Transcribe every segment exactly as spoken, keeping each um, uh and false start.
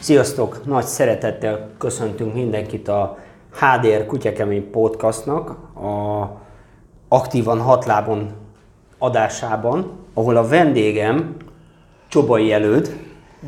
Sziasztok! Nagy szeretettel köszöntünk mindenkit a há dé er Kutyakemény Podcastnak, a Aktívan hat lábon adásában, ahol a vendégem Csobai Előd.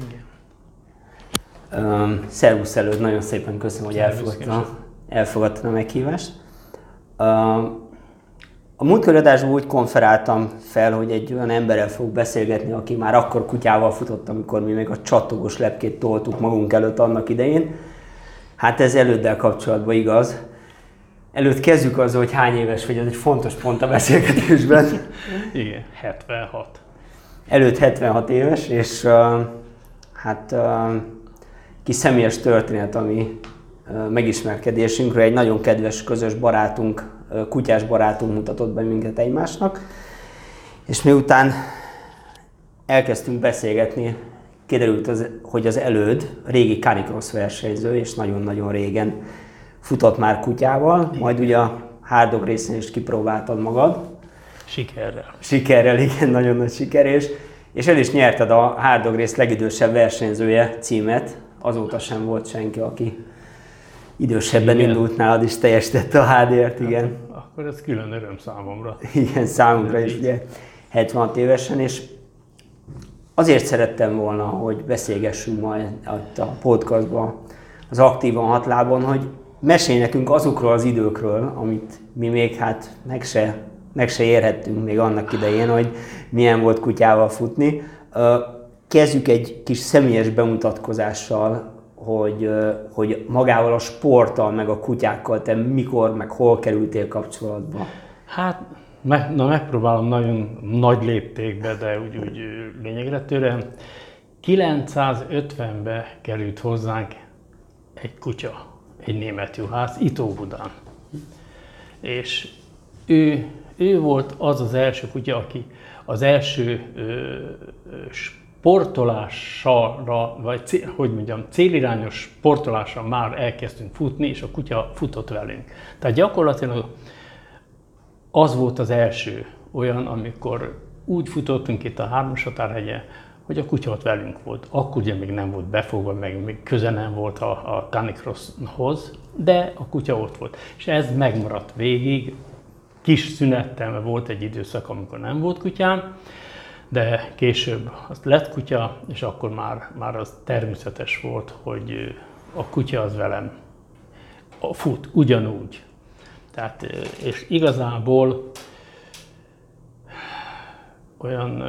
Um, Szervusz Előd, nagyon szépen köszönöm, hogy elfogadta, elfogadta a meghívást. Um, A múltkori adásban úgy konferáltam fel, hogy egy olyan emberrel fogok beszélgetni, aki már akkor kutyával futott, amikor mi még a csattogós lepkét toltuk magunk előtt annak idején. Hát ez Előddel kapcsolatban igaz. Előtt kezdjük azzal, hogy hány éves vagy, ez egy fontos pont a beszélgetésben. Igen, hetvenhat. Előtt hetvenhat éves, és uh, hát uh, kis személyes történet, ami uh, megismerkedésünkről egy nagyon kedves közös barátunk, kutyás barátunk mutatott be minket egymásnak, és miután elkezdtünk beszélgetni, kiderült, az, hogy az Előd régi canicross versenyző, és nagyon-nagyon régen futott már kutyával, majd ugye a Hard Dog Racen is kipróbáltad magad. Sikerrel. Sikerrel, igen, nagyon nagy siker, és, és el is nyerted a Hard Dog Race legidősebb versenyzője címet, azóta sem volt senki, aki idősebben igen. indult nálad, és teljesítette a há dé ert, igen. Hát, akkor ez külön öröm számomra. Igen, számunkra is, ugye hetvenhat évesen, és azért szerettem volna, hogy beszélgessünk majd a podcastban, az Aktívan hat lábon, hogy mesélj nekünk azokról az időkről, amit mi még hát meg se, meg se érhettünk még annak idején, hogy milyen volt kutyával futni. Kezdjük egy kis személyes bemutatkozással, Hogy, hogy magával a sporttal, meg a kutyákkal te mikor, meg hol kerültél kapcsolatba? Hát, me, na megpróbálom nagyon nagy léptékbe, de úgy, úgy lényegre törően. kilencszázötvenben került hozzánk egy kutya, egy német juhász, itt Óbudán. És ő, ő volt az az első kutya, aki az első ö, ö, sportolásra, vagy cél, hogy mondjam, célirányos sportolásra már elkezdtünk futni, és a kutya futott velünk. Tehát gyakorlatilag az volt az első olyan, amikor úgy futottunk itt a Hármashatárhegyen, hogy a kutya ott velünk volt. Akkor ugye még nem volt befogva, meg még köze nem volt a, a canicrosshoz, de a kutya ott volt. És ez megmaradt végig, kis szünettel, mert volt egy időszak, amikor nem volt kutyám, de később azt lett kutya, és akkor már, már az természetes volt, hogy a kutya az velem fut, ugyanúgy. Tehát, és igazából olyan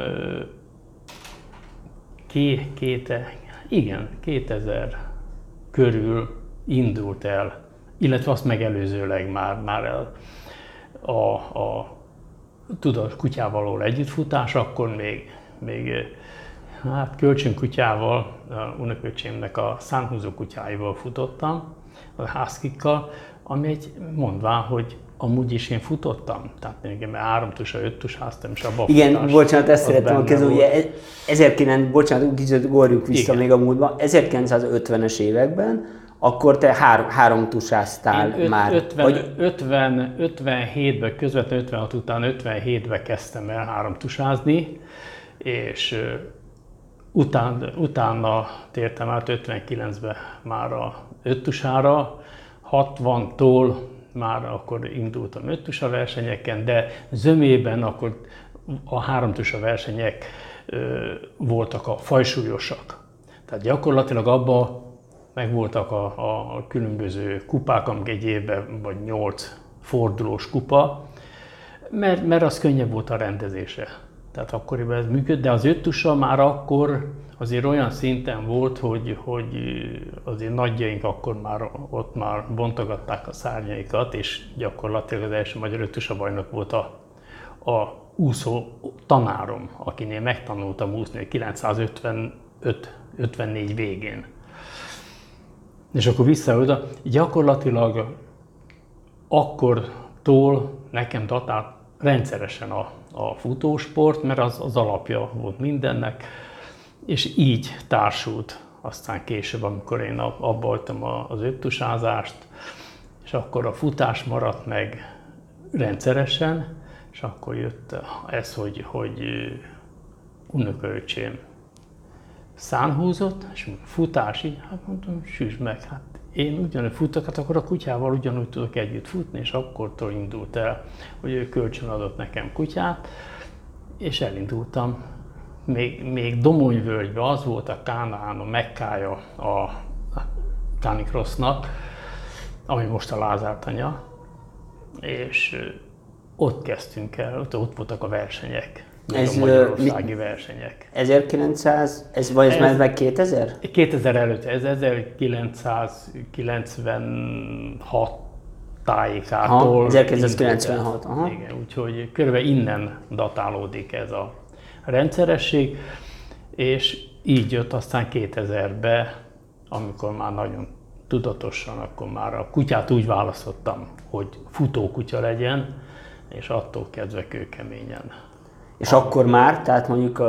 ké, két, igen, kétezer körül indult el, illetve azt megelőzőleg már, már el a, a tudod, kutyával való együttfutás, akkor még, még hát kölcsönkutyával, a unoköcsémnek a szánhúzó kutyáival futottam, a huskykkal, ami egy mondván, hogy amúgy is én futottam, tehát még három tusa, öt tusáztam, és abban igen, futás, bocsánat, ezt szerettem a kezdeni, ugye ezerkilencszáz, bocsánat, kicsit gorjuk vissza igen. még a múltba, ezerkilencszázötvenes években, akkor te három, három tusáztál öt, már. ötven, vagy... ötven, ötvenhétben, közvetlenül ötvenhat után ötvenhétben kezdtem el három tusázni, és uh, után, utána tértem át ötvenkilencben már a öt tusára, hatvantól már akkor indultam öt tusa versenyeken, de zömében akkor a három tusa versenyek uh, voltak a fajsúlyosak. Tehát gyakorlatilag abban megvoltak a, a különböző kupák, amik egy évben vagy nyolc fordulós kupa, mert, mert az könnyebb volt a rendezése. Tehát akkoriban ez működött, de az öttusa már akkor azért olyan szinten volt, hogy, hogy azért nagyjaink akkor már ott már bontogatták a szárnyaikat, és gyakorlatilag az első magyar öttusa bajnok volt a, a úszó tanárom, akinél megtanultam úszni kilencszázötvenöt ötvennégy végén. És akkor vissza oda, gyakorlatilag akkortól nekem datált rendszeresen a, a futósport, mert az, az alapja volt mindennek, és így társult aztán később, amikor én abba hagytam az öttusázást, és akkor a futás maradt meg rendszeresen, és akkor jött ez, hogy, hogy unokaöcsém szánhúzott, és futás, így, hát mondtam, süsd meg, hát én ugyanúgy futok, hát akkor a kutyával ugyanúgy tudok együtt futni, és akkortól indult el, hogy ő kölcsön adott nekem kutyát, és elindultam. Még, még Domonyvölgyben az volt a Kánaán, a Mekkája a Canicrossnak, ami most a Lázár tanya, és ott kezdtünk el, ott, ott voltak a versenyek. Ez a magyarországi mi, versenyek. ezerkilencszáz, ez vagy ez, ez már meg kétezer? kétezer előtt, ez ezerkilencszázkilencvenhat tájékától. Aha, ezerkilencszázkilencvenhat, aha. Igen, úgyhogy körülbelül innen datálódik ez a rendszeresség, és így jött aztán kétezerbe, amikor már nagyon tudatosan, akkor már a kutyát úgy választottam, hogy futókutya legyen, és attól kezdve kőkeményen. És akkor már, tehát mondjuk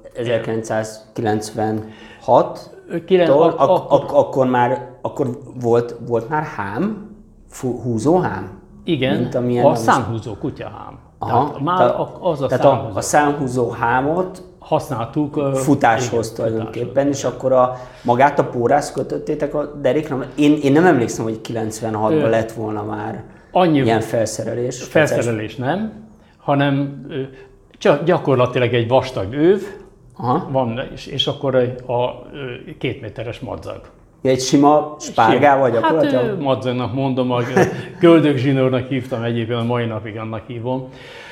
ezerkilencszázkilencvenhat ak- ak- ak- akkor már akkor volt, volt már hám, húzóhám? Igen, mint a számhúzó kutyahám. Aha, tehát már tehát, az a tehát számhúzó. a, a számhúzó hámot használtuk futáshoz igen, tulajdonképpen, és akkor a, magát a pórász kötöttétek a derékra. Én, én nem emlékszem, hogy kilencvenhatban lett volna már annyi ilyen felszerelés. Felszerelés nem, hanem csak gyakorlatilag egy vastag őv, aha. van, és, és akkor a, a két méteres madzag. Ja, egy sima spárgával gyakorlatilag? Hát madzagnak mondom, a köldögzsinórnak hívtam egyébként, a mai napig annak hívom.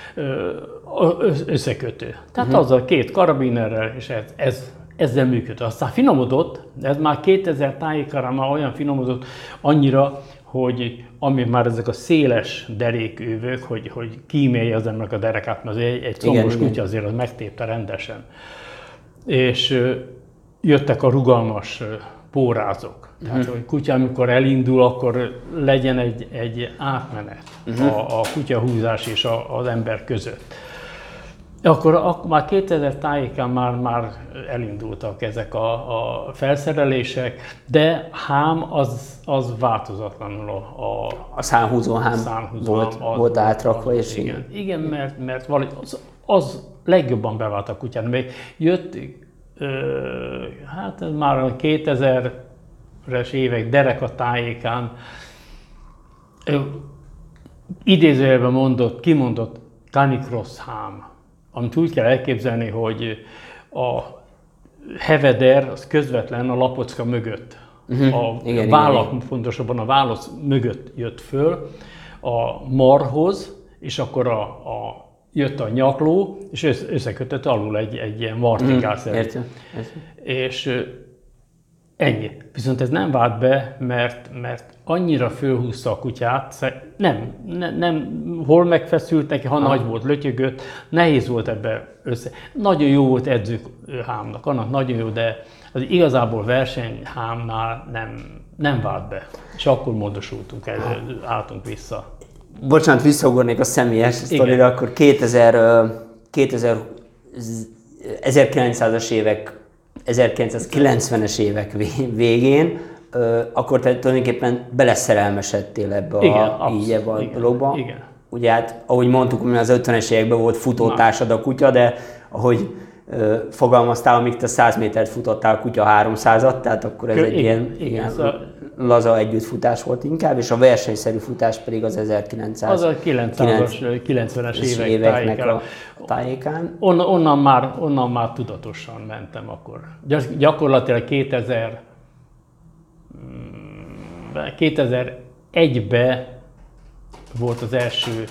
Összekötő. Tehát uh-huh. azzal két karabinerrel, és ez, ez, ezzel működött. Aztán finomodott, ez már kétezer tájékára már olyan finomodott annyira, hogy ami már ezek a széles derékővök, hogy, hogy kímélje az embernek a derekát, mert egy, egy combos kutya azért az megtépte rendesen. És jöttek a rugalmas pórázok. Tehát, uh-huh. hogy kutya, amikor elindul, akkor legyen egy, egy átmenet uh-huh. a, a kutyahúzás és a, az ember között. Akkor, akkor már kétezer tájékán már, már elindultak ezek a, a felszerelések, de hám az, az változatlanul a... A, a szánhúzó hám szánhúzó volt, hám, az, volt átrakva, az, és igen. Igen, mert, mert valahogy az, az legjobban bevált a kutyán. Még jött, ö, hát ez már a kétezeres évek dereka tájékán, ö, idézőjelben mondott, kimondott Canicross hám, amit úgy kell elképzelni, hogy a heveder az közvetlen a lapocka mögött, uh-huh. a igen, vállak, igen. pontosabban a válasz mögött jött föl a marhoz, és akkor a, a, jött a nyakló, és összekötött alul egy, egy ilyen martingálszerű. Uh-huh. Értem. Értem. És ennyi. Viszont ez nem vált be, mert, mert annyira fölhúzta a kutyát, nem, ne, nem hol megfeszült neki, ha ah. nagy volt, lötyögött, nehéz volt ebbe össze. Nagyon jó volt edzőhámnak, annak nagyon jó, de az igazából versenyhámnál nem, nem vált be. És akkor módosultunk, el, álltunk vissza. Bocsánat, visszaugornék a személyes sztorira, akkor kétezer, kétezer, ezerkilencszázas évek, ezerkilencszázkilencvenes évek végén, akkor te tulajdonképpen beleszerelmesedtél ebbe a, igen, így ebbe a igen, dologba. Igen. Ugye hát, ahogy mondtuk, az ötvenes években volt futótársad a kutya, de ahogy uh, fogalmaztál, amíg te száz métert futottál, a kutya háromszázat, tehát akkor ez Kö, egy igen, ilyen, igen, ilyen szóval laza együttfutás volt inkább, és a versenyszerű futás pedig az ezerkilencszázkilencvenes évek éveknek tájékán. a tájékán. On, onnan, már, onnan már tudatosan mentem akkor. Gyakorlatilag kétezer-egyben volt az első,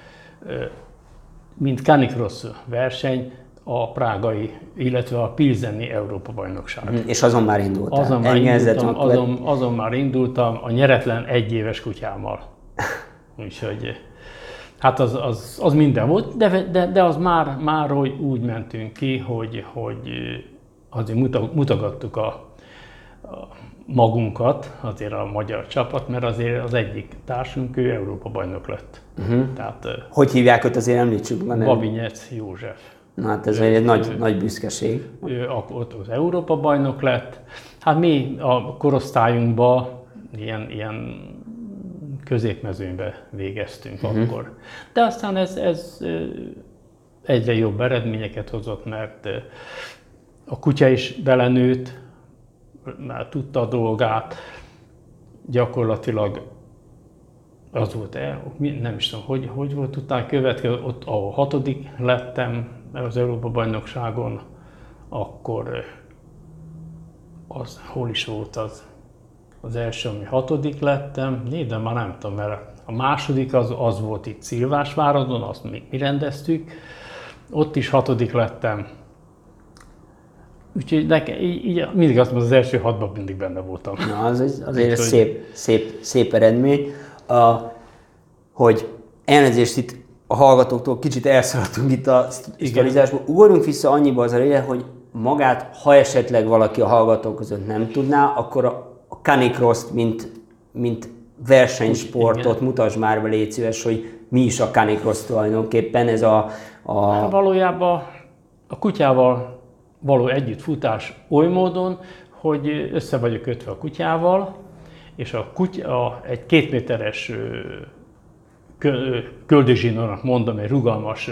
mint Canicross verseny, a prágai, illetve a pilzeni Európa-bajnokság. Mm, és azon már indultál? Azon már indultam, azon, azon már indultam a nyeretlen egyéves kutyámmal. Úgyhogy hát az, az, az minden volt, de, de, de az már, már úgy mentünk ki, hogy, hogy azért mutogattuk a, a magunkat, azért a magyar csapat, mert azért az egyik társunk, ő Európa-bajnok lett. Uh-huh. Tehát, hogy hívják őt, azért említsük? Babinyec József. Na hát ez ő, egy nagy, ő, nagy büszkeség. Ő ott az Európa-bajnok lett. Hát mi a korosztályunkban ilyen, ilyen középmezőnybe végeztünk uh-huh. akkor. De aztán ez, ez egyre jobb eredményeket hozott, mert a kutya is belenőtt, már tudta a dolgát, gyakorlatilag az volt el, nem is tudom, hogy, hogy volt utána következő, ott ahol hatodik lettem az Európa-bajnokságon, akkor az, hol is volt az, az első, ami hatodik lettem, de már nem tudom, mert a második az, az volt itt Szilvásváradon, azt mi, mi rendeztük, ott is hatodik lettem. Úgyhogy nekem, így, így, mindig azt mondom, az első hatban mindig benne voltam. Na, az, azért ez szép, szép, szép eredmény. Uh, hogy elnézést itt a hallgatóktól kicsit elszaladtunk itt a sztorizásból. Ugorjunk vissza annyiba az elejére, hogy magát, ha esetleg valaki a hallgatók között nem tudná, akkor a, a canicross-t, mint, mint versenysportot igen. Mutasd már be, légy szíves, hogy mi is a canicross tulajdonképpen. Ez a, a... Valójában a kutyával való együttfutás oly módon, hogy össze vagyok kötve a kutyával, és a kutya egy két méteres köldögzsinórnak mondom, egy rugalmas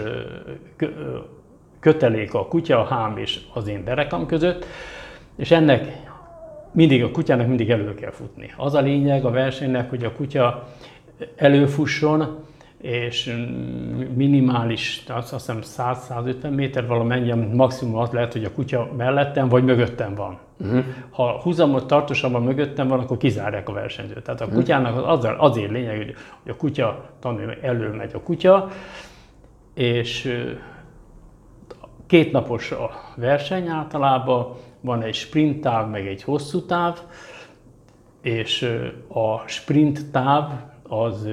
kötelék a kutya, a hám és az én derekam között, és ennek mindig a kutyának mindig elő kell futni. Az a lényeg a versenynek, hogy a kutya előfusson, és minimális, azt hiszem száz-százötven méter valamennyi, maximum az lehet, hogy a kutya mellettem vagy mögöttem van. Uh-huh. Ha húzamos tartósabban mögöttem van, akkor kizárják a versenyzőt. Tehát a kutyának az azért lényeg, hogy a kutya tanul, elő megy a kutya, és két napos a verseny általában, van egy sprint táv, meg egy hosszú táv, és a sprint táv az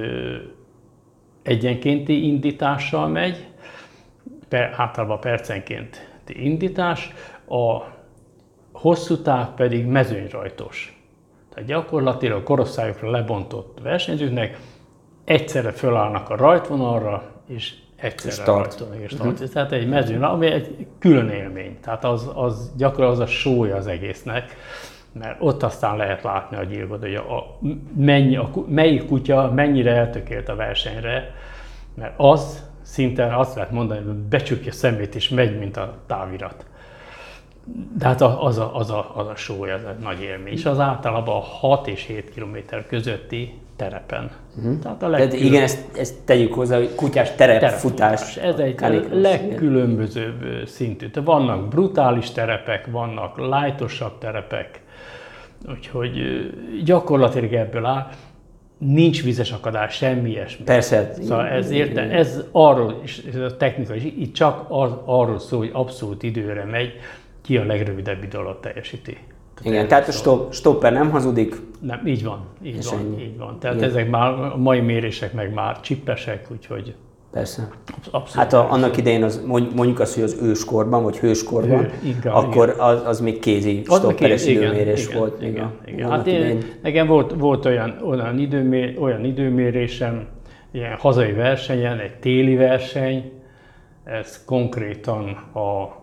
egyenkénti indítással megy, per, általában percenkénti indítás, a hosszú táv pedig mezőnyrajtos. Tehát gyakorlatilag a korosztályokra lebontott versenyzőknek egyszerre fölállnak a rajtvonalra, és egyszerre rajtolnak és start. Uh-huh. Tehát egy mezőn, ami egy külön élmény. Tehát az, az gyakorlatilag az a sója az egésznek, mert ott aztán lehet látni a gyilkot, hogy a, a, mennyi, a, melyik kutya mennyire eltökélt a versenyre, mert az szinte azt lehet mondani, hogy becsukja a szemét és megy, mint a távirat. De hát az a, az a, az a show, az egy nagy élmény. És az általában hat és hét kilométer közötti terepen. Uh-huh. Tehát a legkülön... Tehát igen, ezt, ezt tegyük hozzá, hogy kutyás terepfutás. Ez egy legkülönbözőbb szintű. Vannak brutális terepek, vannak lightosabb terepek, úgyhogy gyakorlatilag ebből áll. Nincs vizes akadály, semmi ilyesmi. Persze. Szóval ez, érte, ez arról, és ez a technika is, itt csak az, arról szól, hogy abszolút időre megy, ki a legrövidebb idő alatt teljesíti. Tehát igen, tehát a stop, stopper nem hazudik. Nem, így van, így van, ennyi. így van. Tehát igen. Ezek már a mai mérések meg már csippesek, úgyhogy... Persze. Abszolút. Hát a, annak idején az, mondjuk azt, hogy az őskorban, vagy hőskorban, Hő, igen, akkor igen. Az, az még kézi stopperes időmérés igen, volt. Igen, igen, igen. Hát én, nekem volt, volt olyan, olyan, időmér, olyan időmérésem, ilyen hazai versenyen, egy téli verseny, ez konkrétan a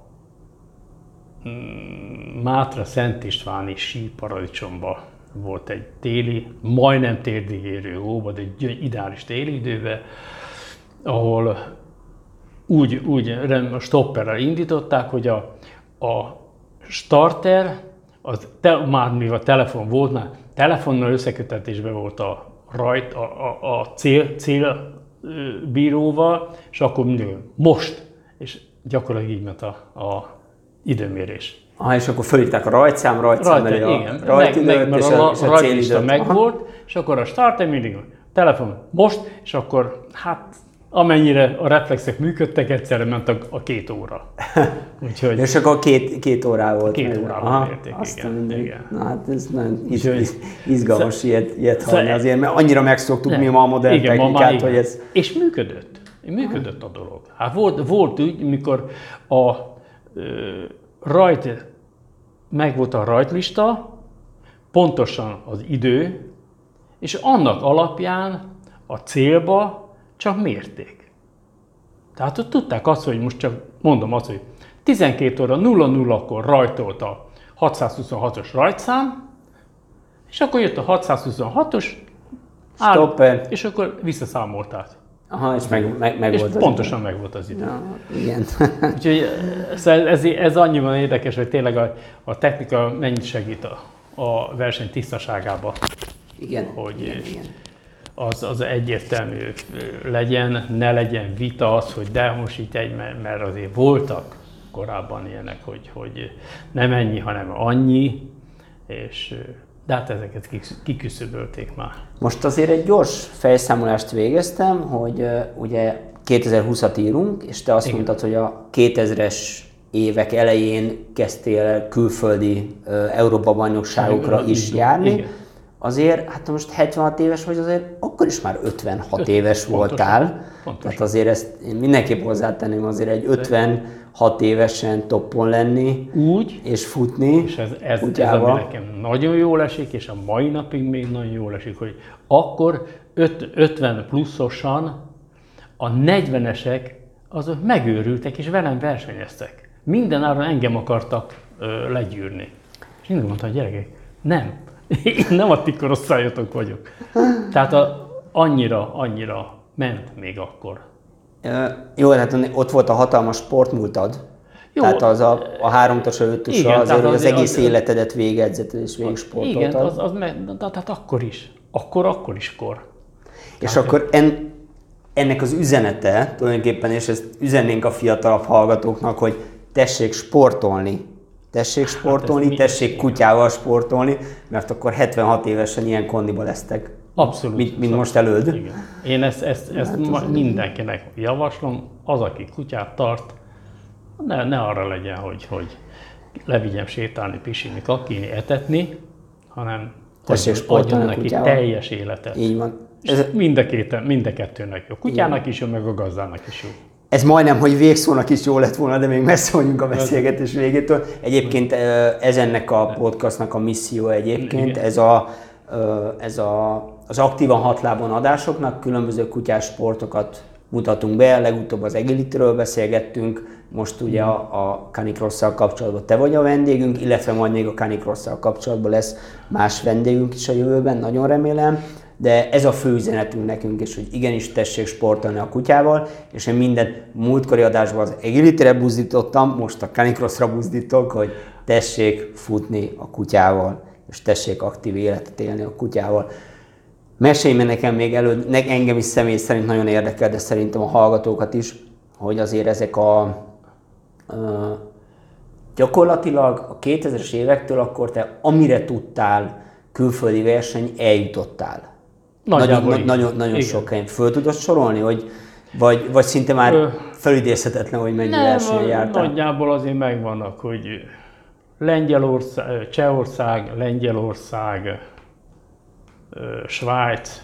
Mátra Szent Istváni síparadicsomban volt egy téli, majdnem térdig érő hóban, de egy ideális téli időben, ahol úgy, úgy a stopperrel indították, hogy a, a starter, az te, már mivel a telefon volt, már telefonnal összekötetésben volt a rajt, a, a, a cél, célbíróval, és akkor mindig most, és gyakorlatilag így ment a, a időmérés. Ah, és akkor fölírták a rajtszám, rajtszám elé a rajtidőt, meg, és a, a, a rajtlista megvolt, és akkor a starter mindig telefon most, és akkor hát amennyire a reflexek működtek, egyszerre ment a, a két óra. Úgyhogy... És akkor két, két órá volt. Két órával érték, igen, igen. Na hát ez nagyon iz, iz, izgalmas Sz... ilyet, ilyet hallani azért, mert annyira megszoktuk mi ma a modern igen, technikát, ma hogy ez... És működött. Működött a dolog. Hát volt, volt úgy, mikor a ö, rajt, megvolt a rajtlista, pontosan az idő, és annak alapján a célba csak mérték. Tehát ott tudták azt, hogy most csak mondom azt, hogy tizenkét óra nulla nulla-kor rajtolt a hatszázhuszonhatos rajtszám, és akkor jött a hatszázhuszonhatos, áll, és akkor visszaszámolták. Aha, és meg, meg, meg és volt az pontosan idő. meg volt az idő. Ja, igen. Úgyhogy szóval ez, ez annyiban érdekes, hogy tényleg a, a technika mennyit segít a, a verseny tisztaságába. Igen, hogy igen, igen. Az, az egyértelmű legyen, ne legyen vita az, hogy de most itt egy, mert azért voltak korábban ilyenek, hogy, hogy nem ennyi, hanem annyi, és de hát ezeket kiküszöbölték már. Most azért egy gyors fejszámolást végeztem, hogy uh, ugye kétezer-húszat írunk, és te azt Igen. mondtad, hogy a kétezres évek elején kezdtél el külföldi uh, Európa-bajnokságokra is Igen. járni. Igen. Azért, hát most hetvenhat éves vagy, azért akkor is már ötvenhat éves pontosan, voltál. Pontosan. Tehát azért ezt én mindenképp hozzátenném, azért egy ötvenhat évesen toppon lenni úgy, és futni. És ez, ez, ez ami nekem nagyon jól esik, és a mai napig még nagyon jól esik, hogy akkor ötven pluszosan a negyvenesek azok megőrültek és velem versenyeztek. Mindenáron engem akartak ö, legyűrni. És mindig mondtam, hogy gyerekek, nem. Én nem a ti korosztályotok vagyok. Tehát a, annyira, annyira ment még akkor. Jó, hát ott volt a hatalmas sportmúltad. Jó, tehát az a, a háromtusa, öttusa, azért, hogy az, az egész az, életedet végigedzetted és végig sportoltad. Igen, az, az meg, tehát akkor is. Akkor, akkor is kor. És tehát akkor en, ennek az üzenete tulajdonképpen, és ezt üzennénk a fiatalabb hallgatóknak, hogy tessék sportolni. Tessék sportolni, hát tessék kutyával sportolni, mert akkor hetvenhat évesen ilyen kondiba lesztek. Abszolút. Mint, mint most előd. Igen. Én ezt, ezt, ezt hát mindenkinek javaslom, az, aki kutyát tart, ne, ne arra legyen, hogy, hogy levigyem sétálni, pisilni, kakini, etetni, hanem tessék sportolni neki teljes életet. Így van. Ez mind a, két, mind a kettőnek jó. Kutyának is jó, meg a gazdának is jó. Ez majdnem, hogy végszónak is jó lett volna, de még messze vagyunk a beszélgetés végétől. Egyébként ez ennek a podcastnak a misszió egyébként, ez, a, ez a, az aktívan hatlábon adásoknak különböző kutyás sportokat mutatunk be. Legutóbb az agility-ről beszélgettünk, most ugye a, a Canicross-szal kapcsolatban te vagy a vendégünk, illetve majd még a Canicross-szal kapcsolatban lesz más vendégünk is a jövőben, nagyon remélem. De ez a fő üzenetünk nekünk is, hogy igenis tessék sportolni a kutyával, és én minden múltkori adásban az agility-re buzdítottam, most a Canicross-ra buzdítok, hogy tessék futni a kutyával, és tessék aktív életet élni a kutyával. Mesélj meg nekem még elő, engem is személy szerint nagyon érdekel, de szerintem a hallgatókat is, hogy azért ezek a, a gyakorlatilag a kétezres évektől akkor te amire tudtál külföldi verseny, eljutottál. Nagyjából nagyon, nagyon, nagyon sok helyen. Föl tudod sorolni, hogy vagy, vagy szinte már Ö, felidézhetetlen, hogy mennyi versenyen jártál? Nagyjából azért megvannak, hogy Lengyelország, Csehország, Lengyelország, Svájc,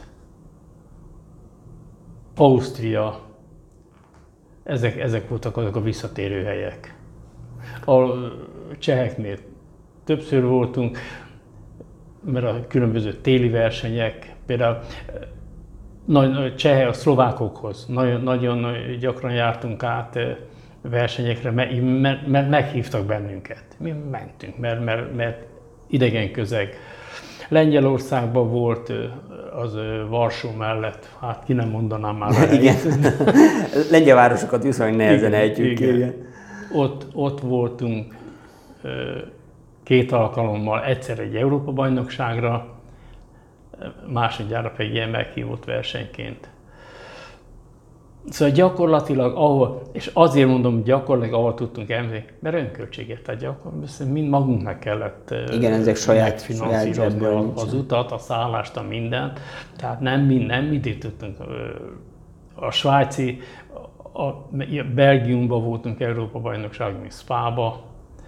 Ausztria, ezek, ezek voltak azok a visszatérő helyek. A cseheknél többször voltunk, mert a különböző téli versenyek, például cseh a szlovákokhoz nagyon, nagyon gyakran jártunk át versenyekre, mert, mert meghívtak bennünket. Mi mentünk, mert, mert, mert idegen közeg. Lengyelországban volt az Varsó mellett, hát ki nem mondanám már. Igen. Lengyel városokat viszonylag nehezen ejtjük ki. Igen. Ott, ott voltunk két alkalommal, egyszer egy Európa-bajnokságra, másodjára pedig ilyen meghívott versenyként. Szóval gyakorlatilag, ahol, és azért mondom gyakorlatilag, ahol tudtunk elmenni, mert önköltséget, tehát gyakorlatilag mind magunknak kellett igen, ezek saját, finanszírozni az, az utat, a szállást, a mindent. Tehát nem, mind, nem mindig tudtunk. A svájci, a, a Belgiumban voltunk Európa-bajnokság, mi Spába.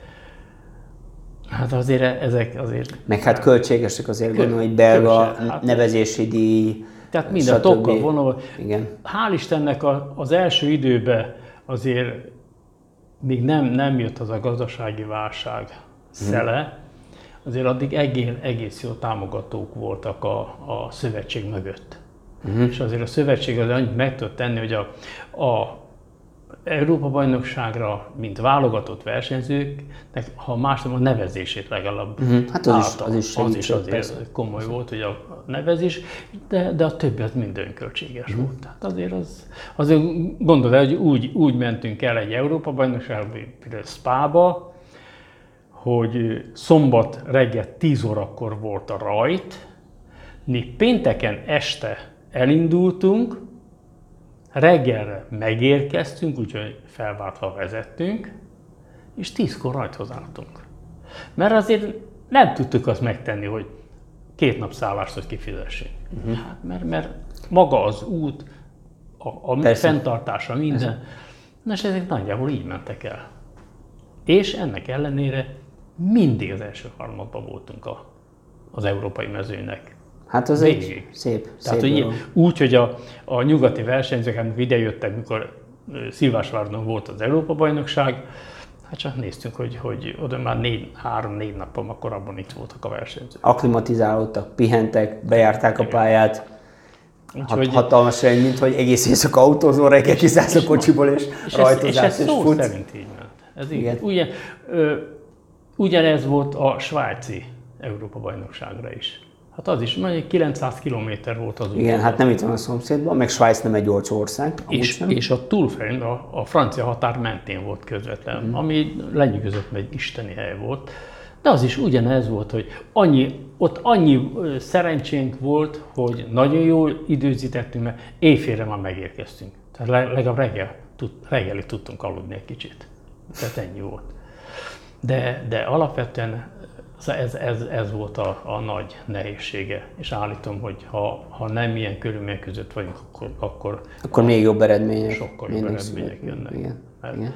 Hát azért ezek azért... Meg hát költségesek azért gondolom, hogy belga hát, nevezési díj, tehát minden tokkal vonul. Igen. Hál' Istennek az első időben azért még nem, nem jött az a gazdasági válság szele, azért addig egész, egész jó támogatók voltak a, a szövetség mögött. Uh-huh. És azért a szövetség az annyit meg tudott tenni, hogy a, a Európa-bajnokságra, mint válogatott versenyzőknek, ha más nem a nevezését legalább uh-huh. Hát az állta. is, az is, az is azért persze. komoly volt, hogy a nevezés, de, de a többi az mind önköltséges uh-huh. volt. Tehát azért az, azért gondolod el, hogy úgy, úgy mentünk el egy Európa-bajnokságra, például Spába, hogy szombat reggel tíz órakor volt a rajt, mi pénteken este elindultunk, reggelre megérkeztünk, úgyhogy felváltva vezettünk, és tízkor rajthoz álltunk. Mert azért nem tudtuk azt megtenni, hogy két nap szállást, hogy kifizessünk. Uh-huh. Hát, mert, mert maga az út, a, a fenntartása, minden, na és ezek nagyjából így mentek el. És ennek ellenére mindig az első harmadban voltunk a, az európai mezőnynek. Hát az végig. Egy szép, Tehát, szép hogy úgy, hogy a, a nyugati versenyzők, amikor idejöttek, mikor Szilvásvárodon volt az Európa-bajnokság, hát csak néztünk, hogy, hogy oda már négy, három-négy nappal korábban itt voltak a versenyzők. Akklimatizálódtak, pihentek, bejárták a pályát. Úgyhogy, hatalmas remény, mint hogy egész éjszaka autózol, reggel kiszállsz a kocsiból, és, és rajtozás, és, és, és futsz. szerint így ment. Ez így. Ugyan, ö, ugyanez volt a svájci Európa-bajnokságra is. Hát az is, mondjuk kilencszáz kilométer volt az út. Igen, hát nem itt van a szomszédban, meg Svájc nem egy olcsó ország. És, és a Toulfren a, a francia határ mentén volt közvetlen, mm. ami lenyűgözött, egy isteni hely volt. De az is ugyanez volt, hogy annyi, ott annyi szerencsénk volt, hogy nagyon jól időzítettünk, mert éjfélre már megérkeztünk. Tehát legalább reggel, tud, reggelig tudtunk aludni egy kicsit. Tehát ennyi volt. De, de alapvetően ez, ez, ez volt a, a nagy nehézsége. És állítom, hogy ha, ha nem ilyen körülmények között vagyunk, akkor... Akkor, akkor még jobb eredmények. Sokkal jobb eredmények jönnek. Igen, mert, igen.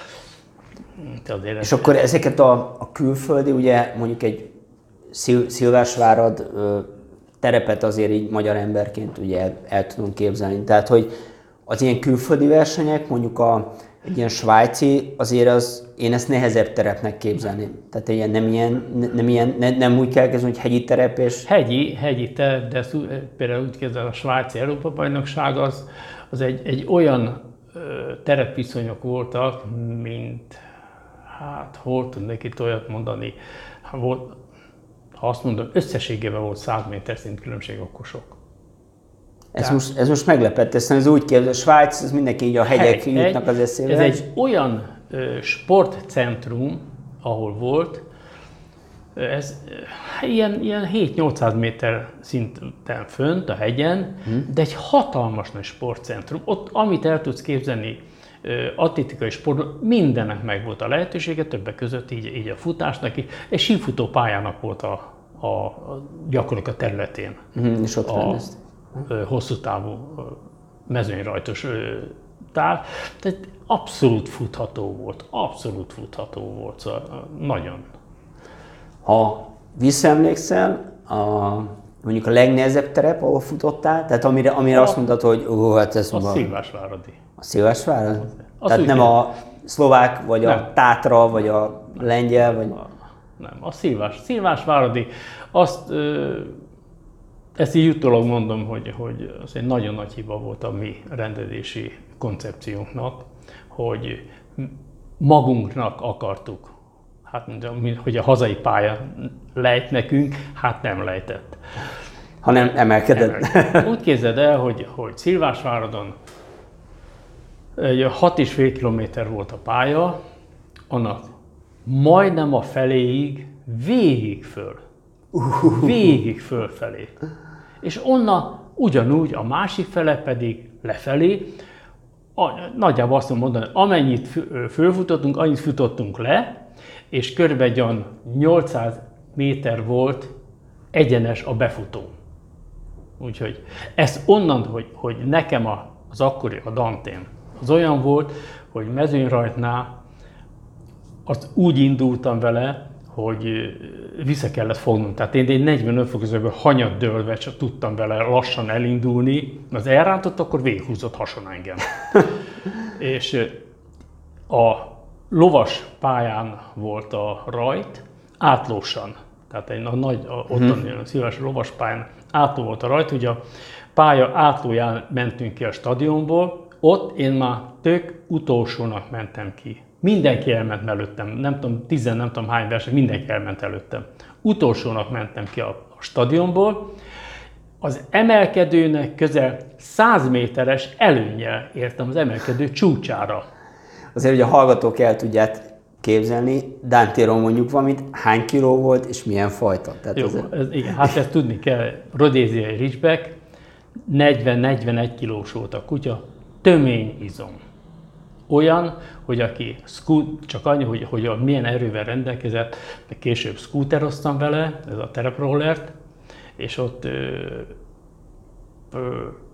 És ez akkor ezeket a, a külföldi, ugye mondjuk egy Szil, Szilvásvárad ö, terepet azért így magyar emberként ugye el, el tudom képzelni. Tehát, hogy az ilyen külföldi versenyek, mondjuk a, egy ilyen svájci, azért az, én ezt nehezebb terepnek képzelni. Tehát ilyen, nem, ilyen, nem, ilyen, ne, nem úgy kell kezdeni, hogy hegyi terep és... Hegyi, hegyi terep, de ezt például úgy képzel, a svájci Európa-bajnokság az, az egy, egy olyan ö, terepviszonyok voltak, mint, hát hol tudnék itt olyat mondani, volt, ha azt mondom, összességében volt száz méter szint különbség, akkor sok. Ez, Tehát, most, ez most meglepett, ezt ez úgy képzel, a Svájc, az mindenki így a hegyek hegy, jutnak az eszébe. Ez egy olyan ö, sportcentrum, ahol volt, ez ilyen, ilyen hét-nyolcszáz méter szinten fönt a hegyen, hmm. de egy hatalmas nagy sportcentrum. Ott, amit el tudsz képzelni, atlétikai sport, mindennek meg volt a lehetősége, többek között így, így a futásnak, egy sífutó pályának volt a, a, a gyakorlatilag a területén. Hmm, és ott a, hosszú távú mezőnyrajtos táv, tehát abszolút futható volt, abszolút futható volt, szóval nagyon. Ha visszaemlékszel, a, mondjuk a legnehezebb terep, ahol futottál, tehát amire, amire a, azt mondtad, hogy ó, hát ez... A Szilvásváradi. A Szilvásvárad? Tehát nem a szlovák, vagy nem. A tátra, vagy a lengyel, vagy... Nem, a Szilvás, Szilvásváradi, azt... Ö, Ezt így utólag mondom, hogy, hogy az egy nagyon nagy hiba volt a mi rendezési koncepciónknak, hogy magunknak akartuk, hát hogy a hazai pálya lejt nekünk, hát nem lejtett. Hanem emelkedett. emelkedett. Úgy képzeld el, hogy, hogy Szilvásváradon hat és fél kilométer volt a pálya, annak majdnem a feléig végig föl. Végig fölfelé. És onnan ugyanúgy a másik fele pedig lefelé. A, nagyjából azt mondom mondani, amennyit fölfutottunk, annyit futottunk le, és körülbelül nyolcszáz méter volt egyenes a befutó. Úgyhogy ez onnan, hogy, hogy nekem az akkori, a Dantén, az olyan volt, hogy mezőnyrajtnál azt úgy indultam vele, hogy vissza kellett fognom. Tehát én egy negyvenöt fok közben hanyat dőlve csak tudtam vele lassan elindulni. Az elrántott, akkor végighúzott hason engem. És a lovas pályán volt a rajt, átlósan. Tehát egy nagy, ottan hmm. szíves lovas pályán átló volt a rajt. Ugye a pálya átlóján mentünk ki a stadionból, ott én már tök utolsónak mentem ki. Mindenki elment előttem, nem tudom, tizen, nem tudom hány verseny, mindenki elment előttem. Utolsónak mentem ki a, a stadionból, az emelkedőnek közel száz méteres előnnyel értem az emelkedő csúcsára. Azért, hogy a hallgatók el tudják képzelni, Dante-ról mondjuk valamit, hány kiló volt és milyen fajta? Tehát Jó, azért... ez, igen, hát ezt tudni kell, rodéziai ridgeback, negyven-negyvenegy kilós volt a kutya, tömény izom. Olyan, hogy aki scoot, csak annyi, hogy, hogy a milyen erővel rendelkezett, de később scooteroztam vele, ez a tereprollert, és ott, ö, ö,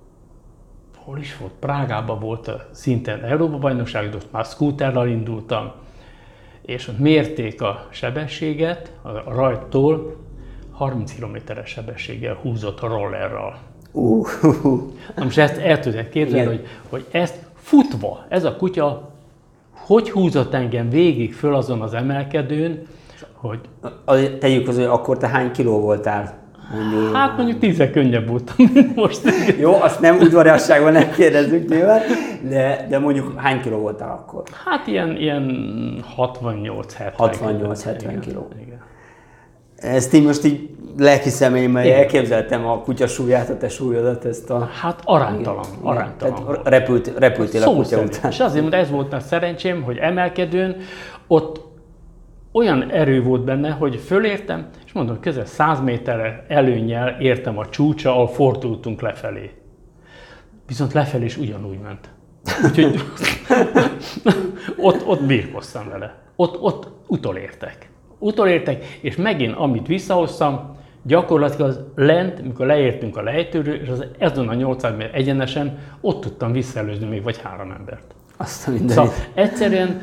hol is volt, Prágában volt a szinten Európa-bajnokság, de ott már scooterral indultam, és ott mérték a sebességet, a rajttól harminc kilométeres sebességgel húzott a rollerral. Uh, uh, uh. Na most ezt el tudják képzelni, hogy, hogy ezt futva, ez a kutya, hogy húzott engem végig föl azon az emelkedőn, hogy... Azért tegyük hozzá, hogy akkor te hány kiló voltál? Mondjuk... Hát mondjuk tízzel könnyebb voltam, mint most. Jó, azt nem udvariasságban nem kérdezzük nyilván, de, de mondjuk hány kiló voltál akkor? Hát ilyen, ilyen hatvannyolc-hetven hatvannyolc-hetven kiló. Igen. Ezt így most így lelki személyemmel elképzeltem a kutya súlyát, a te súlyodat, ezt a... Hát aránytalan, igen, aránytalan. Tehát repült, repültél a kutya szerint. után. És azért, mert ez volt a szerencsém, hogy emelkedőn ott olyan erő volt benne, hogy fölértem, és mondom, közel száz méterre előnnyel értem a csúcsa, ahol fordultunk lefelé. Viszont lefelé is ugyanúgy ment. Úgyhogy ott, ott birkoztam vele. Ott, ott utolértek. Utolértek, és megint, amit visszahoztam, gyakorlatilag az lent, mikor leértünk a lejtőről, és az ezen a nyolcszáz méter egyenesen, ott tudtam visszaelőzni még vagy három embert. Azt a mindenit. Szóval egyszerűen...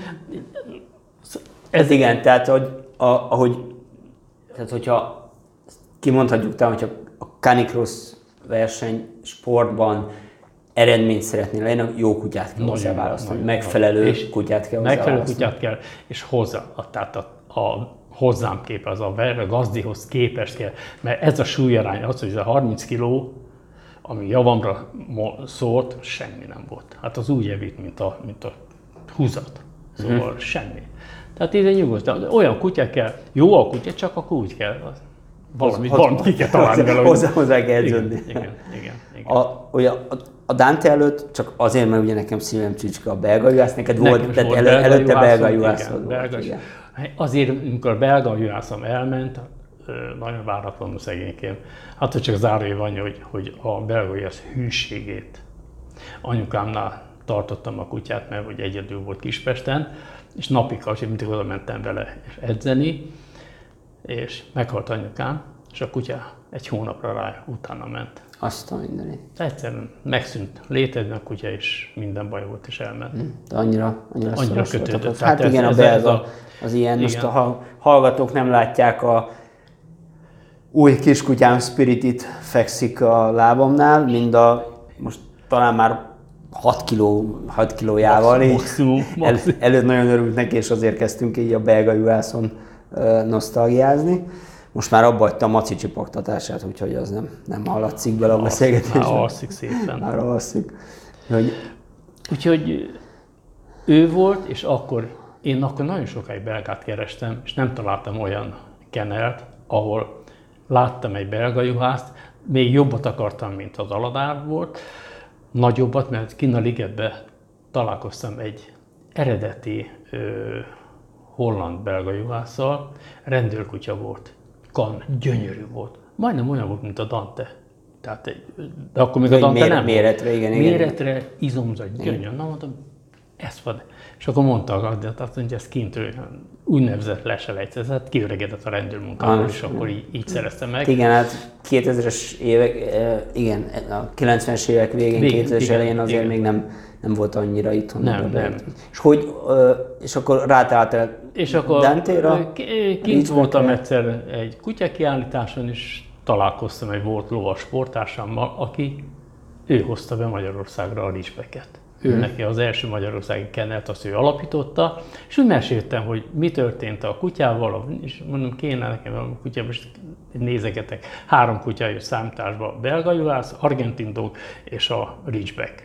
Ez igen, tehát hogy, a, ahogy, tehát hogyha kimondhatjuk talán, hogyha a canicross verseny sportban eredményt szeretnél lenni, jó kutyát kell hozzá választani, megfelelő és kutyát kell hozzá Megfelelő választani. kutyát kell, és hozzá, tehát a, a hozzám kép, az a, a gazdihoz képest kell, mert ez a súlyarány, az, hogy ez a harminc kiló, ami javamra szólt, semmi nem volt. Hát az úgy javít, mint a, mint a húzat. Szóval uh-huh. semmi. Tehát ez egy nyugodt, olyan kutya kell, jó a kutya, csak akkor úgy kell. Valamit, Hoz, valamit ki kell találni vele. Hozzá, hozzá kell edződni. Igen, igen, igen, igen. A, olyan, a, a Dante előtt, csak azért, mert ugye nekem szívem csücske a belga juhász, neked Nekem volt, tehát volt elő, belga előtte belga juhászom, juhászod igen, volt. belga, Igen. Azért, amikor a belga juhászom elment, nagyon váratlanul szegényként. Hát, hogy csak zárójel van, hogy, hogy a belga juhász hűségét. Anyukámnál tartottam a kutyát, mert hogy egyedül volt Kispesten, és napig, azért mindig oda mentem vele edzeni, és meghalt anyukám, és a kutya egy hónapra rá utána ment. Azt a mindenit. Egyszerűen megszűnt létezni a kutya, és minden baj volt, és elment. De annyira, annyira, annyira kötődött. Hát ez, igen, ez, a belga ez a, az ilyen, igen. most a hallgatók nem látják, a új kiskutyám Spiritit fekszik a lábamnál, mind a most talán már hat kiló, hat kilójával. Maximum, maximum. El, előtt nagyon örült neki, és azért kezdtünk így a belga juhászon uh, nosztalgiázni. Most már abba hagyta a maci csipogtatását, úgyhogy az nem, nem hallatszik bele a beszélgetésben. Már alszik szépen. Már alszik. Hogy... Úgyhogy ő volt, és akkor én akkor nagyon sokáig belgát kerestem, és nem találtam olyan kennelt, ahol láttam egy belga juhászt, még jobbat akartam, mint az Aladár volt, nagyobbat, mert kinn a ligetbe találkoztam egy eredeti ö, holland-belga juhásszal, rendőrkutya volt, kan, gyönyörű volt, majdnem olyan volt, mint a Dante. Tehát egy, de akkor még de a Dante méret, nem méretre, volt. Igen, igen. Méretre, izomzat, gyönyörű. Na mondtam, ez van. És akkor mondta a tehát hogy ez kintről úgynevezett leselejtezett, kiöregedett a rendőrmunkából, és akkor így, így szereztem meg. Igen, hát kétezres évek, igen, a kilencvenes évek végén, végén kétezres elején azért igen. még nem, nem volt annyira itthon. Nem, nem. És, hogy, és akkor rátaláltál és akkor Dante-ra? Kint voltam egyszer egy kutyakiállításon, és találkoztam egy volt lovas sporttársammal, aki ő hozta be Magyarországra a ridgebacket. Ő hmm. neki az első magyarországi kennelt, azt ő alapította, és úgy meséltem, hogy mi történt a kutyával, és mondom, kéne nekem a kutya, most nézegetek, három kutya jött számításba, belga juhász, argentin dog és a ridgeback.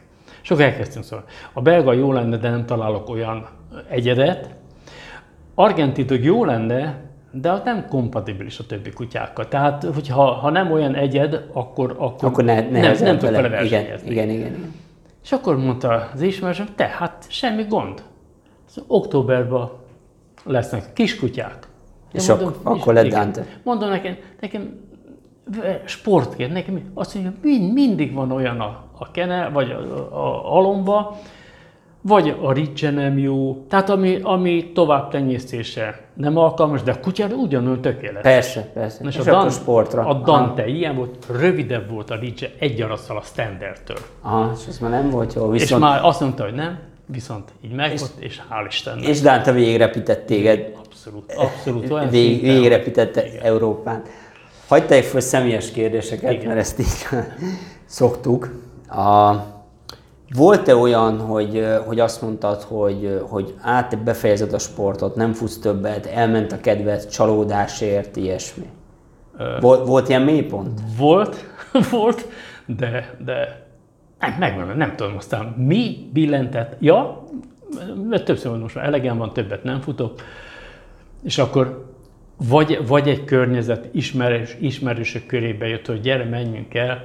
És akkor elkezdtünk szólni. A belga jó lenne, de nem találok olyan egyedet. Argentin jó lenne, de az nem kompatibilis a többi kutyákkal. Tehát, hogyha ha nem olyan egyed, akkor, akkor, akkor ne, nem, nem tud vele versenyezni. Igen, igen, igen, igen. És akkor mondta az ismerősöm, te, hát semmi gond. Októberben lesznek kiskutyák. És mondom, ak- akkor lett Dante. Mondom nekem, nekem sportként, nekem azt mondja, mind, mindig van olyan a, a kene, vagy a, a alomba, vagy a ricse nem jó, tehát ami, ami tovább tenyésztése nem alkalmas, de a kutyára ugyanúgy tökéletes. Persze, persze. És, és a, Dan- sportra. a Dante Aha. ilyen volt, rövidebb volt a ricse egy arasszal a standardtől. Aha, és ez már nem volt jó. Viszont... És már azt mondta, hogy nem, viszont így megvolt, és, és hál' Istennek. És Dante végigrepített téged. Abszolút, abszolút. Olyan Vég, végigrepítette Európán. Hagyj tegyek föl személyes kérdéseket, igen. Mert ezt így szoktuk. A, volt-e olyan, hogy, hogy azt mondtad, hogy, hogy át, te befejezed a sportot, nem futsz többet, elment a kedved, csalódásért, ilyesmi? Volt, volt ilyen mélypont? Volt, volt, de, de nem, megvan, nem tudom, aztán mi billentett, ja, mert többször most már elegem van, többet nem futok, és akkor vagy, vagy egy környezet ismerős, ismerősök körébe jött, hogy gyere, menjünk el,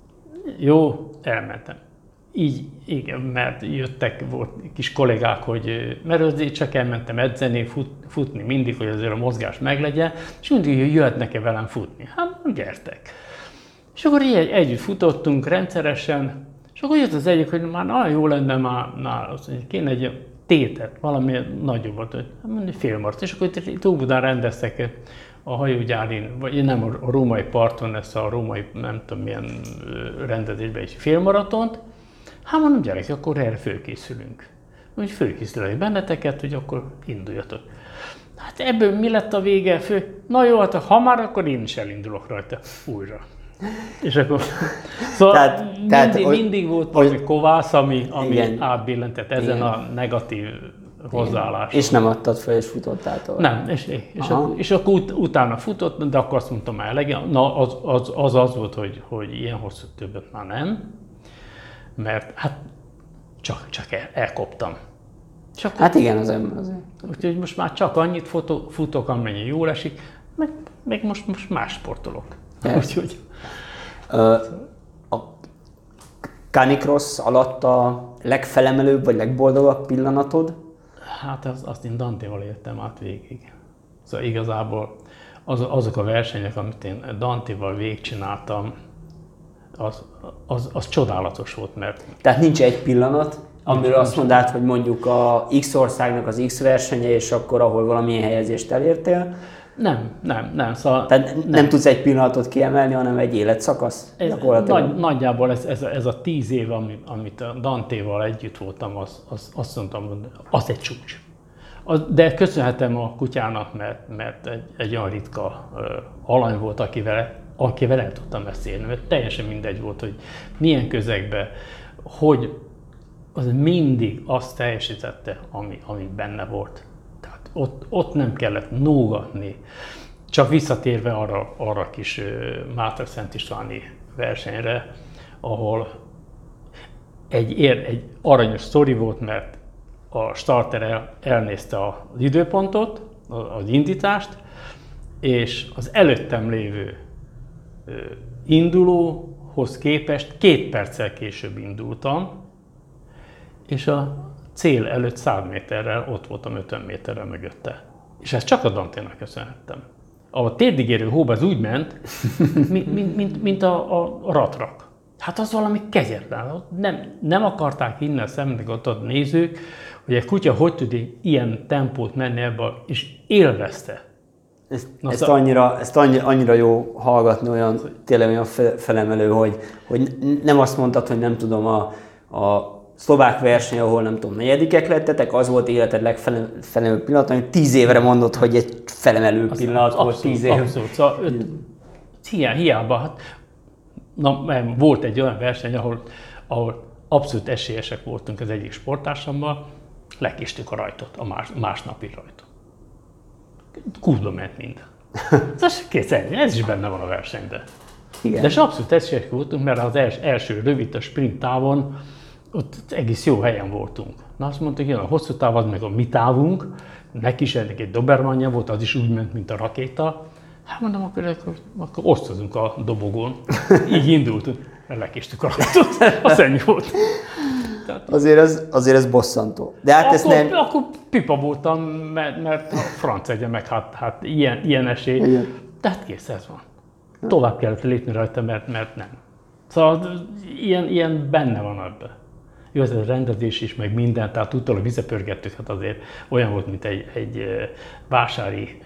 jó, elmentem. Így, igen, mert jöttek, volt kis kollégák, hogy, mert azért csak elmentem edzeni, fut, futni mindig, hogy azért a mozgás meglegyen, és mindig, hogy jöhetnek-e velem futni. Hát, gyertek. És akkor így együtt futottunk rendszeresen, és akkor jött az egyik, hogy már nagyon jó lenne már, már azt mondja, kéne egy tétet, valami nagyobbat, hogy mondjuk félmaraton. És akkor itt Óbudán rendeztek a hajógyárin, vagy nem a római parton, ezt a római, nem tudom milyen rendezésben egy félmaratont. Hát mondom, gyerekek, akkor erre fölkészülünk. Úgy fölkészülök benneteket, hogy akkor induljatok. Hát ebből mi lett a vége? Fő? Na jó, hát ha már, akkor én is elindulok rajta újra. És akkor... Szóval tehát, mindig, tehát, mindig volt valami kovász, ami, ami átbillentett ezen igen. a negatív hozzáálláson. És nem adtad fel, és futottál tovább? Nem, és, és, akkor, és akkor ut- utána futott, de akkor azt mondtam már elegen. Na, az az, az az volt, hogy, hogy ilyen hosszú többet már nem. Mert hát csak, csak el, elkoptam. Csak hát igen, az ember azért. Úgyhogy most már csak annyit futok, futok amennyi jól esik, meg, meg most, most más sportolok. Úgyhogy... Ö, a Canicross alatt a legfelemelőbb vagy legboldogabb pillanatod? Hát az, azt én Dantéval éltem át végig. Szóval igazából az, azok a versenyek, amit én Dantéval végigcsináltam, Az, az, az csodálatos volt, mert... Tehát nincs egy pillanat, amiről azt mondád, hogy mondjuk a X országnak az X versenye, és akkor ahol valamilyen helyezést elértél? Nem, nem, nem. Szóval Tehát nem, nem tudsz egy pillanatot kiemelni, hanem egy életszakasz? Ez, nagy, nagyjából ez, ez, a, ez a tíz év, amit a Dantéval együtt voltam, az, az, azt mondtam, hogy az egy csúcs. De köszönhetem a kutyának, mert, mert egy, egy olyan ritka uh, alany volt, akivel akivel el tudtam beszélni, mert teljesen mindegy volt, hogy milyen közegben, hogy az mindig azt teljesítette, ami, ami benne volt. Tehát ott, ott nem kellett nógatni. Csak visszatérve arra, arra a kis Mátra Szent Istváni versenyre, ahol egy, ér, egy aranyos sztori volt, mert a starter el, elnézte az időpontot, az indítást, és az előttem lévő indulóhoz képest két perccel később indultam, és a cél előtt száz méterrel ott voltam ötven méterrel mögötte. És ezt csak a Danténak köszönhettem. A térdigérő hóba az úgy ment, mint, mint, mint, mint a, a ratrak. Hát az valami kegyetlen. Nem, nem akarták innen szemnek ott a nézők, hogy egy kutya hogy tud ilyen tempót menni ebbe, és élvezte. Ezt, ezt, annyira, ezt annyira, annyira jó hallgatni, olyan, tényleg olyan felemelő, hogy, hogy nem azt mondtad, hogy nem tudom, a, a szlovák verseny, ahol nem tudom, negyedikek lettetek, az volt életed legfelemelő pillanat, amit tíz évre mondod, hogy egy felemelő pillanat volt abszolút, tíz év. Abszolút, szóval öt, hiá, hiába, hát, na, volt egy olyan verseny, ahol, ahol abszolút esélyesek voltunk az egyik sporttársammal, lekéstük a rajtot, a más, másnapi rajtot. Kútba ment minden. Ez, kész, ez is benne van a versenyben. Igen. De és abszolút esélyesek voltunk, mert az els, első rövid a sprint távon ott egész jó helyen voltunk. Na azt mondtuk, hogy a hosszú táv az meg a mi távunk, neki is ennek egy dobermanja volt, az is úgy ment, mint a rakéta. Hát mondom, akkor, akkor, akkor osztozunk a dobogón. Így indultunk, lekéstük a rakétot, az ennyi volt. Tehát, azért, ez, azért ez bosszantó. De hát akkor, ezt nem... akkor pipa voltam, mert, mert a franc egye meg, hát, hát ilyen, ilyen esély. Igen. De hát kész, ez van. Tovább kellett lépni rajta, mert, mert nem. Szóval ilyen, ilyen benne van ebben. Jó, ez a rendezés is, meg minden, tehát utólag visszapörgettük, hát azért olyan volt, mint egy, egy vásári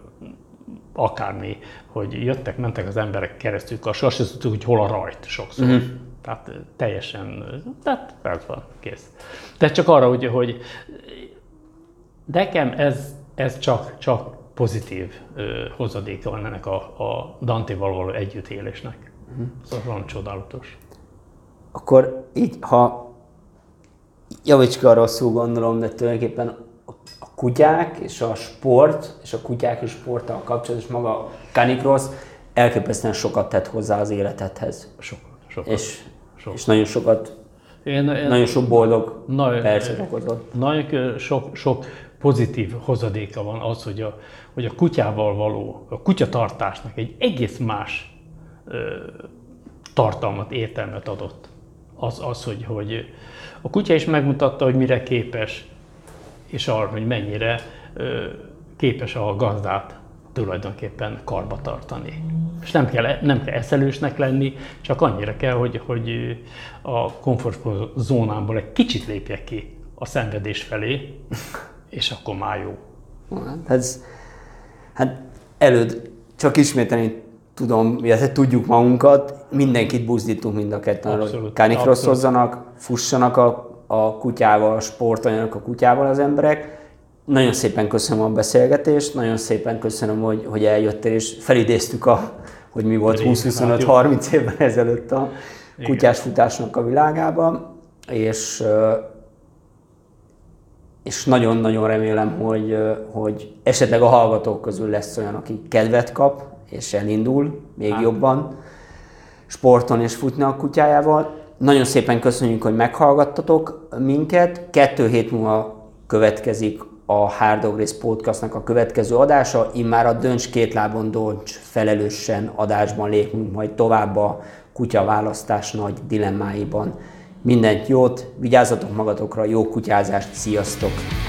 akármi, hogy jöttek, mentek az emberek keresztül, akkor sosem tudtuk, hogy hol a rajt sokszor. Mm-hmm. Tehát teljesen, tehát ez van, kész. De csak arra, hogy, hogy nekem ez, ez csak, csak pozitív uh, hozadéka van ennek a, a Dantéval való együttélésnek. Mm-hmm. Szóval van csodálatos. Akkor így, ha javíts ki a rosszul gondolom, de tulajdonképpen a kutyák és a sport, és a kutyák és sporttal kapcsolatos maga a Canicross elképesztően sokat tett hozzá az életedhez. Sokat, sokat. És, sokat. és nagyon sokat, én, én, nagyon sok boldog nagyon, percet okozott. Nagyon sok, sok pozitív hozadéka van az, hogy a, hogy a kutyával való, a kutyatartásnak egy egész más ö, tartalmat, értelmet adott. Az, az hogy, hogy a kutya is megmutatta, hogy mire képes, és arra, hogy mennyire ö, képes a gazdát tulajdonképpen karba tartani. És nem kell, nem kell eszelősnek lenni, csak annyira kell, hogy, hogy a komfortzónámból egy kicsit lépjek ki a szenvedés felé, és akkor már jó. Hát, ez, hát előd csak ismételni tudom, illetve tudjuk magunkat, mindenkit buzdítunk mind a ketten, hogy canicrosszozzanak, fussanak a, a kutyával, sportoljanak a kutyával az emberek. Nagyon szépen köszönöm a beszélgetést, nagyon szépen köszönöm, hogy, hogy eljöttél, és felidéztük, a, hogy mi volt húsz huszonöt harminc évvel ezelőtt a kutyás futásnak a világában, és, és nagyon-nagyon remélem, hogy, hogy esetleg a hallgatók közül lesz olyan, aki kedvet kap, és elindul még hát. jobban sporton és futni a kutyájával. Nagyon szépen köszönjük, hogy meghallgattatok minket. Kettő hét múlva következik a Hard Dog Race Podcastnak a következő adása. Immár a Dönts két lábon Dodge felelősen adásban lépünk majd tovább a kutyaválasztás nagy dilemmáiban. Mindent jót, vigyázzatok magatokra, jó kutyázást, sziasztok!